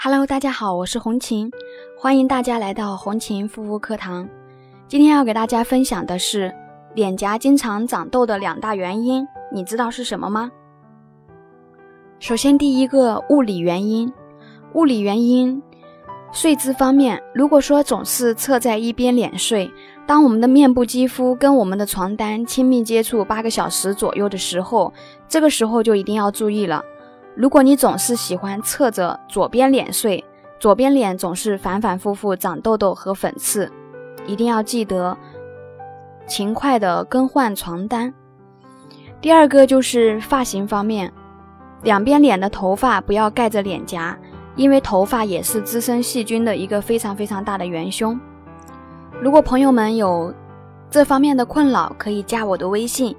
Hello， 大家好，我是红琴，欢迎大家来到红琴护肤课堂。今天要给大家分享的是脸颊经常长痘的2大原因，你知道是什么吗？首先第一个物理原因，睡姿方面，如果说总是侧在一边脸睡，当我们的面部肌肤跟我们的床单亲密接触8个小时左右的时候，这个时候就一定要注意了。如果你总是喜欢侧着左边脸睡，左边脸总是反反复复长痘痘和粉刺，一定要记得勤快的更换床单。第二个就是发型方面，两边脸的头发不要盖着脸颊，因为头发也是滋生细菌的一个非常大的元凶。如果朋友们有这方面的困扰，可以加我的微信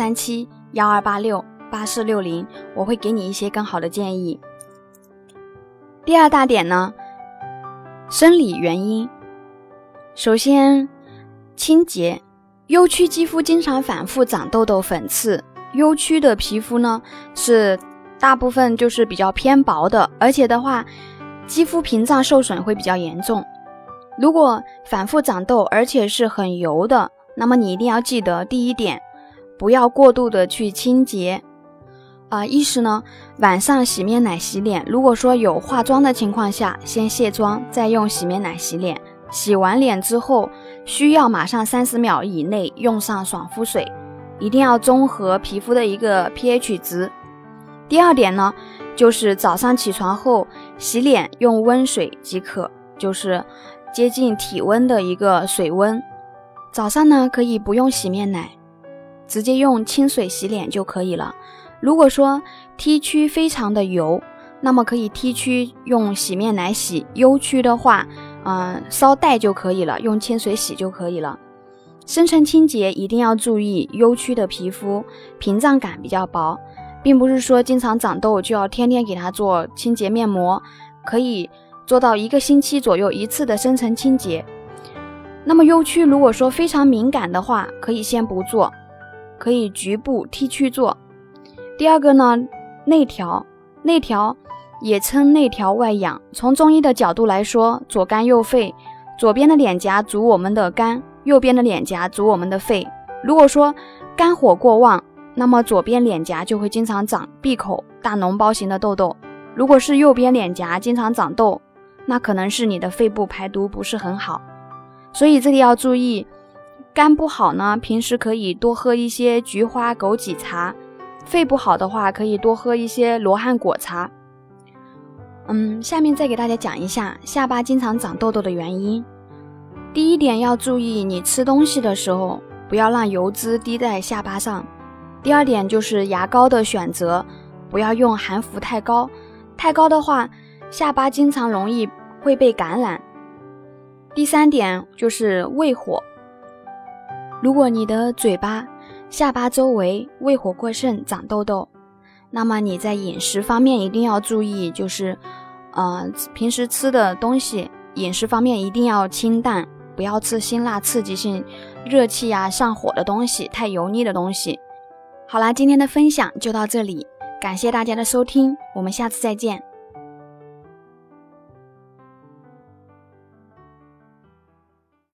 137-1286-8460，我会给你一些更好的建议。第二大点呢，生理原因。首先，清洁。疣区肌肤经常反复长痘痘粉刺，疣区的皮肤呢是大部分就是比较偏薄的，而且的话肌肤屏障受损会比较严重。如果反复长痘而且是很油的，那么你一定要记得第一点，不要过度的去清洁。一是呢，晚上洗面奶洗脸，如果说有化妆的情况下，先卸妆再用洗面奶洗脸，洗完脸之后需要马上30秒以内用上爽肤水，一定要中和皮肤的一个 pH 值。第二点呢，就是早上起床后洗脸用温水即可，就是接近体温的一个水温。早上呢可以不用洗面奶，直接用清水洗脸就可以了。如果说 T 区非常的油，那么可以 T 区用洗面奶洗，疣区的话稍带就可以了，用清水洗就可以了。深层清洁一定要注意，疣区的皮肤屏障感比较薄，并不是说经常长痘就要天天给它做清洁面膜，可以做到1个星期左右1次的深层清洁。那么疣区如果说非常敏感的话，可以先不做，可以局部 T 区做。第二个呢，内调也称内调外养。从中医的角度来说，左肝右肺，左边的脸颊主我们的肝，右边的脸颊主我们的肺。如果说肝火过旺，那么左边脸颊就会经常长闭口大脓包型的痘痘。如果是右边脸夹经常长痘，那可能是你的肺部排毒不是很好。所以这里要注意，肝不好呢，平时可以多喝一些菊花枸杞茶，肺不好的话可以多喝一些罗汉果茶。下面再给大家讲一下下巴经常长痘痘的原因。第一点要注意，你吃东西的时候不要让油脂滴在下巴上。第二点就是牙膏的选择，不要用含氟太高，太高的话下巴经常容易会被感染。第三点就是胃火，如果你的嘴巴、下巴周围胃火过盛长痘痘，那么你在饮食方面一定要注意，就是平时吃的东西饮食方面一定要清淡，不要吃辛辣刺激性热气上火的东西，太油腻的东西。好啦，今天的分享就到这里，感谢大家的收听，我们下次再见。